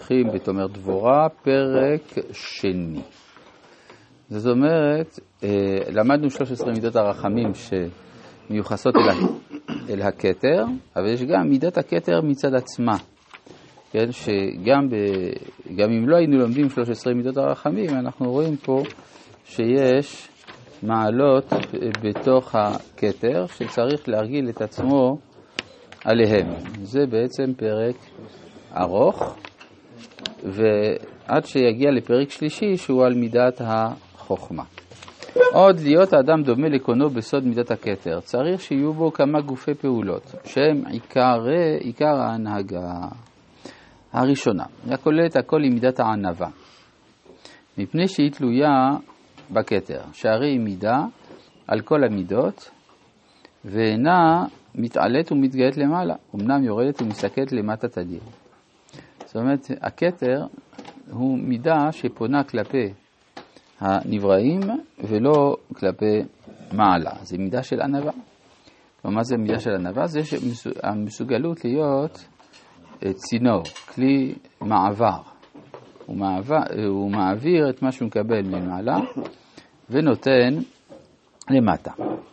פותחים בתומר דבורה, פרק שני. זאת אומרת, למדנו 13 מידות הרחמים שמיוחסות אל הכתר, אבל יש גם מידת הכתר מצד עצמה. כן, שגם אם לא היינו לומדים 13 מידות הרחמים, אנחנו רואים פה שיש מעלות בתוך הכתר שצריך להרגיל את עצמו עליהם. זה בעצם פרק ארוך, ועד שיגיע לפרק שלישי שהוא על מידת החוכמה. עוד להיות האדם דומה לקונו בסוד מידת הכתר, צריך שיהיו בו כמה גופי פעולות, שהם עיקר ההנהגה. הראשונה, הכוללת הכל עם מידת הענווה, מפני שהיא תלויה בכתר, שהרי היא מידה על כל המידות, ואינה מתעלת ומתגעת למעלה, אמנם יורדת ומסתכלת למטה תדיר. זאת אומרת, הכתר הוא מידה שפונה כלפי הנבראים ולא כלפי מעלה. זה מידה של ענווה. ומה זה מידה של ענווה? זה המסוגלות להיות צינור, כלי מעבר. הוא מעביר את מה שהוא מקבל ממעלה ונותן למטה.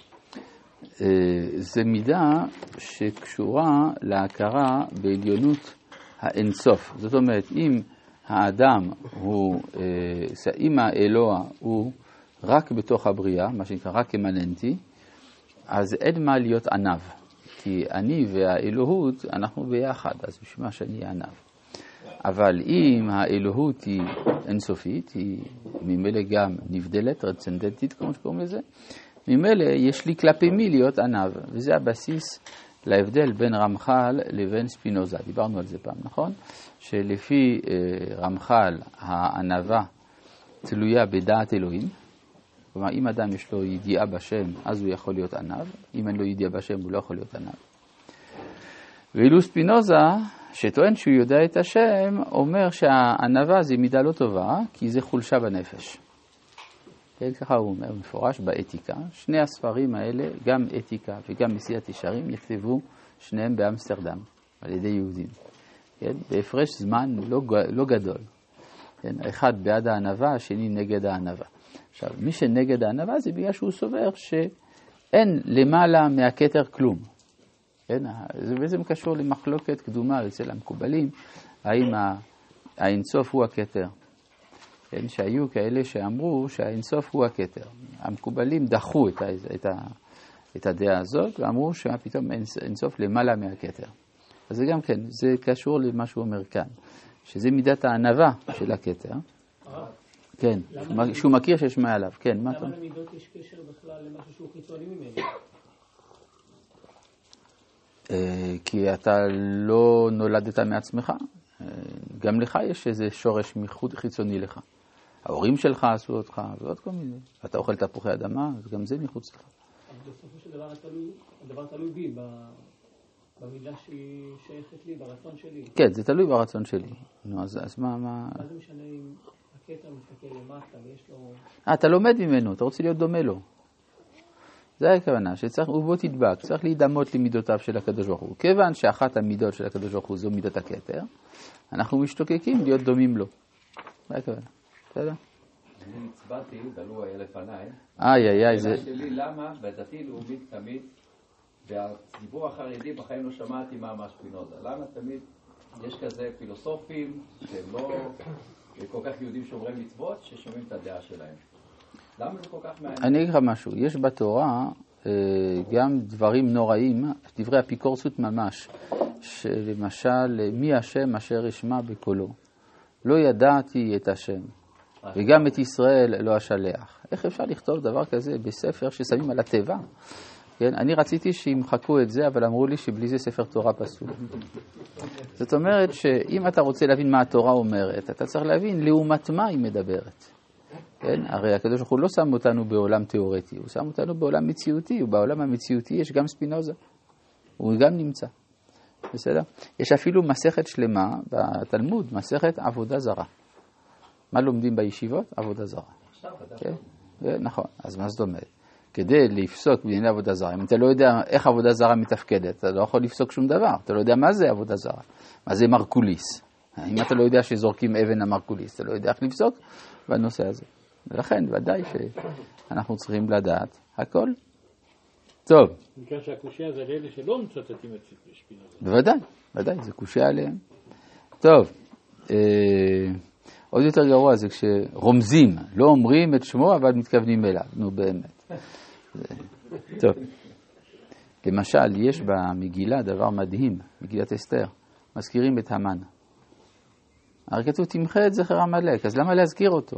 זה מידה שקשורה להכרה בעליונות האינסוף. זאת אומרת, אם האדם אם האלוה הוא רק בתוך הבריאה, מה שנקרא רק אמננטי, אז אין מה להיות ענב. כי אני והאלוהות, אנחנו ביחד, אז בשביל מה שאני ענב. אבל אם האלוהות היא אינסופית, היא ממילא גם נבדלת, טרנסצנדנטית, כמו שקוראים לזה, ממילא יש לי כלפי מי להיות ענב, וזה הבסיס להבדל בין רמח"ל לבין ספינוזה. דיברנו על זה פעם, נכון? שלפי רמח"ל הענווה תלויה בדעת אלוהים. כלומר, אם אדם יש לו ידיעה בשם, אז הוא יכול להיות ענב. אם אין לו ידיעה בשם, הוא לא יכול להיות ענב. ואילו ספינוזה, שטוען שהוא יודע את השם, אומר שהענווה זה מידה לא טובה, כי זה חולשה בנפש. כן, ככה הוא אומר מפורש באתיקה. שני הספרים האלה, גם אתיקה וגם מסיעת ישרים, נכתבו שניהם באמסטרדם, על ידי יהודים. כן, בהפרש זמן לא גדול. כן, אחד בעד הענווה, השני נגד הענווה. עכשיו, מי שנגד הענווה זה בגלל שהוא סובר שאין למעלה מהכתר כלום. כן, זה בעצם קשור למחלוקת קדומה אצל המקובלים, האם האינסוף הוא הכתר. כן, שהיו כאלה שאמרו שהאינסוף הוא הכתר. המקובלים דחו את הדעה הזאת, ואמרו שפתאום אינסוף למעלה מהכתר. אז זה גם כן, זה קשור למה שהוא אומר כאן, שזה מידת הענווה של הכתר. כן, שהוא מכיר שיש מעליו. כן, מה אתה? למה למידות יש קשר בכלל למשהו שהוא חיצוני ממנו? כי אתה לא נולדת מעצמך. גם לך יש איזה שורש חיצוני לך. ההורים שלך עשו אותך, ועוד כל מיני. אתה אוכל תפוחי אדמה, אז גם זה מחוץ לך. אבל בסופו של דבר הדבר תלוי בי, במידה שהיא שייכת לי, ברצון שלי. כן, זה תלוי ברצון שלי. נו, אז מה? מה זה משנה אם הכתר מסתכל למטה ויש לו... אתה לומד ממנו, אתה רוצה להיות דומה לו. זה הכוונה, שצריך, ובו תדבק, צריך להידמות למידותיו של הקדוש ברוך הוא. כיוון שאחת המידות של הקדוש ברוך הוא זו מידת הכתר, אנחנו משתוקקים להיות דומים לו. זה הכוונה. בסדר? אני הצבעתי, דלו היה לפניי. זה... שלי, למה בדתי לאומית תמיד, והציבור החרדי בחיים לא שמעתי מה ספינוזה. למה תמיד יש כזה פילוסופים שהם לא כל כך יהודים שומרי מצוות, ששומעים את הדעה שלהם? למה זה כל כך מעניין? אני אגיד לך משהו, יש בתורה גם דברים נוראים, דברי אפיקורסות ממש, שלמשל, מי השם אשר ישמע בקולו? לא ידעתי את השם, וגם את ישראל לא אשלח. איך אפשר לכתוב דבר כזה בספר ששמים על הטבע? כן? אני רציתי שימחקו את זה, אבל אמרו לי שבלי זה ספר תורה פסול. זאת אומרת שאם אתה רוצה להבין מה התורה אומרת, אתה צריך להבין לעומת מה היא מדברת. כן? הרי הקדוש ברוך הוא לא שם אותנו בעולם תיאורטי, הוא שם אותנו בעולם מציאותי, ובעולם המציאותי יש גם ספינוזה. הוא גם נמצא. בסדר? יש אפילו מסכת שלמה בתלמוד, מסכת עבודה זרה. מה לומדים בישיבות? עבודה זרה. כן? נכון, אז מה זאת אומרת? כדי לפסוק בענייני עבודה זרה, אם אתה לא יודע איך עבודה זרה מתפקדת, אתה לא יכול לפסוק שום דבר, אתה לא יודע מה זה עבודה זרה, מה זה מרקוליס, אם אתה לא יודע שזורקים אבן המרקוליס, אתה לא יודע איך לפסוק בנושא הזה. ולכן ודאי שאנחנו צריכים לדעת הכל. טוב. מכאן שהקושיה זה לאלה שלא מצטטים את שפינוזה. בוודאי, ודאי, זה קושיה עליהם. טוב, עוד יותר גרוע זה כשרומזים, לא אומרים את שמו אבל מתכוונים אליו, נו באמת. טוב, למשל יש במגילה דבר מדהים, מגילת אסתר, מזכירים את המן. הרי כתוב תמחה את זכר עמלק, אז למה להזכיר אותו?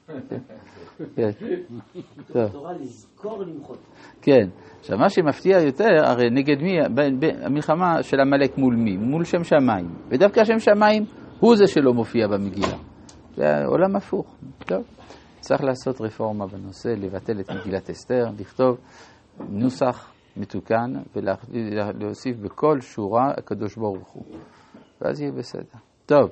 תורה לזכור למחות. כן, עכשיו מה שמפתיע יותר, הרי נגד מי, המלחמה של עמלק מול מי? מול שם שמיים, ודווקא שם שמיים הוא זה שלא מופיע במגילה. זה עולם הפוך. טוב, צריך לעשות רפורמה בנושא, לבטל את מגילת אסתר, לכתוב נוסח מתוקן ולהוסיף בכל שורה הקדוש ברוך הוא. ואז יהיה בסדר. טוב,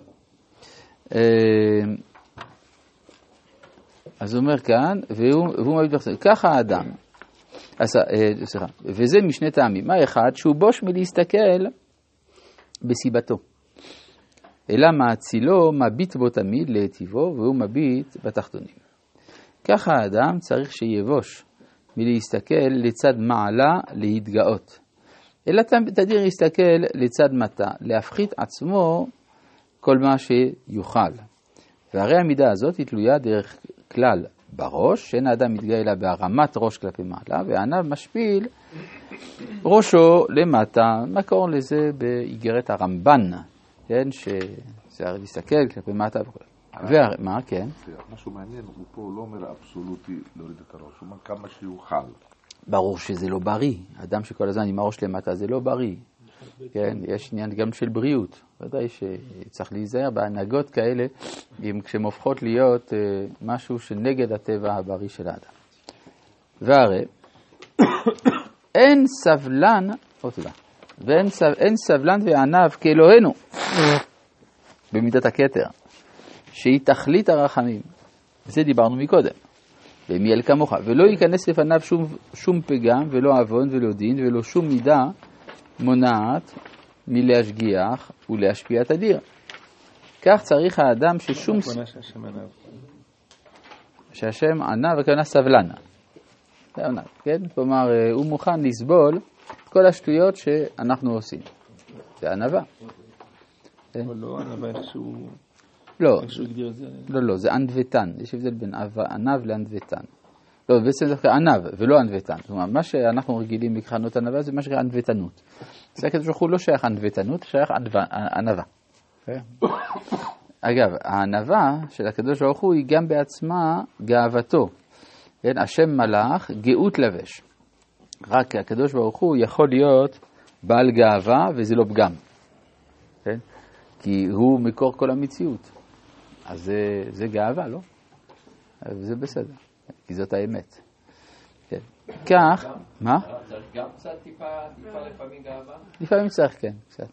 אז הוא אומר כאן, והוא מביא בחסר, ככה האדם, וזה משני טעמים. מה אחד? שהוא בוש מלהסתכל בסיבתו. אלא מעצילו מביט בו תמיד להיטיבו, והוא מביט בתחתונים. ככה האדם צריך שיבוש מלהסתכל לצד מעלה להתגאות. אלא תדיר להסתכל לצד מטה, להפחית עצמו כל מה שיוכל. והרי המידה הזאת היא תלויה דרך כלל בראש, שאין האדם מתגאה אלא בהרמת ראש כלפי מעלה, והענב משפיל ראשו למטה. מקור לזה באיגרת הרמב"ן, כן, שזה הרי להסתכל כלפי מטה וכו'. מה, כן? משהו מעניין, הוא פה לא אומר אבסולוטי להוריד את הראש, הוא אומר כמה שיוכל. ברור שזה לא בריא. אדם שכל הזמן עם הראש למטה זה לא בריא. כן, יש עניין גם של בריאות. ודאי שצריך להיזהר בהנהגות כאלה, כשהן הופכות להיות משהו שנגד הטבע הבריא של האדם. והרי, אין סבלן, ואין סבלן וענב כאלוהינו, במידת הכתר, שהיא תכלית הרחמים. זה דיברנו מקודם. ומיאל כמוך, ולא ייכנס לפניו שום פגם, ולא עוון ולא דין, ולא שום מידה מונעת מלהשגיח ולהשפיע תדיר. כך צריך האדם ששום... שהשם ענה וכוונה סבלנה. זה ענה, כן? כלומר, הוא מוכן לסבול את כל השטויות שאנחנו עושים. זה ענווה. אבל לא ענווה איכשהו... לא, הגדיר את זה. לא, זה ענוותן. יש הבדל בין ענב לענוותן. לא, בעצם זה ענב ולא ענוותן. זאת אומרת, מה שאנחנו רגילים לכנות ענווה זה מה שנקרא ענוותנות. זה הקדוש ברוך הוא לא שייך ענוותנות, שייך ענווה. אגב, הענווה של הקדוש ברוך הוא היא גם בעצמה גאוותו. כן, השם מלאך גאות לבש. רק הקדוש ברוך הוא יכול להיות בעל גאווה וזה לא פגם. כן? כי הוא מקור כל המציאות. אז זה גאווה, לא? וזה בסדר, כי זאת האמת. כן. כך, מה? צריך גם קצת טיפה לפעמים גאווה? לפעמים צריך, כן, קצת.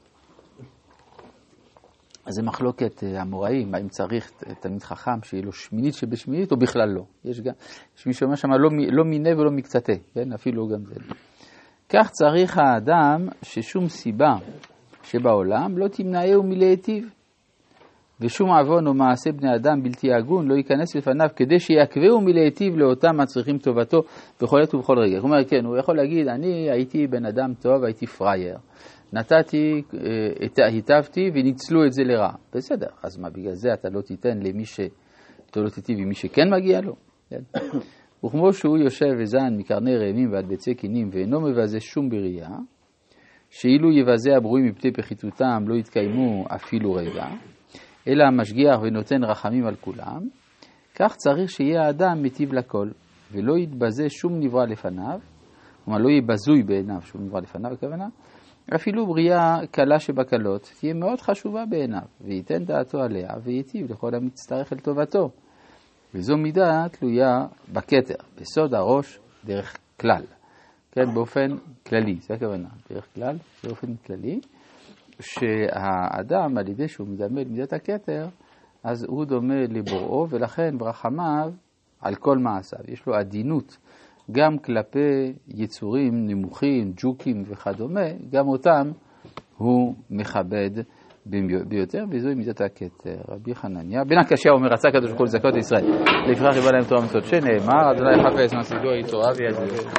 אז זה מחלוקת המוראים, האם צריך תלמיד חכם שיהיה לו שמינית שבשמינית או בכלל לא. יש מי שאומר שמה לא מיני ולא מקצתה, כן? אפילו גם זה. כך צריך האדם ששום סיבה שבעולם לא תמנעהו מלהיטיב, ושום עוון או מעשה בני אדם בלתי הגון לא ייכנס לפניו כדי שיקבעו מלהיטיב לאותם הצריכים טובתו בכל עת ובכל רגע. זאת אומרת, כן, הוא יכול להגיד, אני הייתי בן אדם טוב, הייתי פרייר. נתתי, היטבתי וניצלו את זה לרע. בסדר, אז מה, בגלל זה אתה לא תיתן למי שאתה לא תיטיב עם מי שכן מגיע לו? כן? וכמו שהוא יושב וזן מקרני רעמים ועד ביצי קינים ואינו מבזה שום בריאה, שאילו יבזה הברואים מפני פחיתותם לא יתקיימו אפילו רגע, אלא המשגיח ונותן רחמים על כולם, כך צריך שיהיה האדם מטיב לכל, ולא יתבזה שום נברא לפניו, כלומר לא יבזוי בעיניו שום נברא לפניו, הכוונה, אפילו בריאה קלה שבקלות תהיה מאוד חשובה בעיניו, וייתן דעתו עליה וייטיב לכל המצטרך אל טובתו. וזו מידה תלויה בכתר, בסוד הראש דרך כלל. כן, באופן כללי, זה הכוונה, דרך כלל, באופן כללי, שהאדם על ידי שהוא מדמה מידת הכתר, אז הוא דומה לבוראו, ולכן ברחמיו על כל מעשיו. יש לו עדינות גם כלפי יצורים נמוכים, ג'וקים וכדומה, גם אותם הוא מכבד ביותר, וזוהי מידת הכתר. רבי חנניה, בן הקשיא אומר, רצה הקדוש ברוך הוא לזכות ישראל. לפיכך יבוא להם תורה ומצוות שנאמר, אדוני יחפש מעשי גוי תורה ויעזב.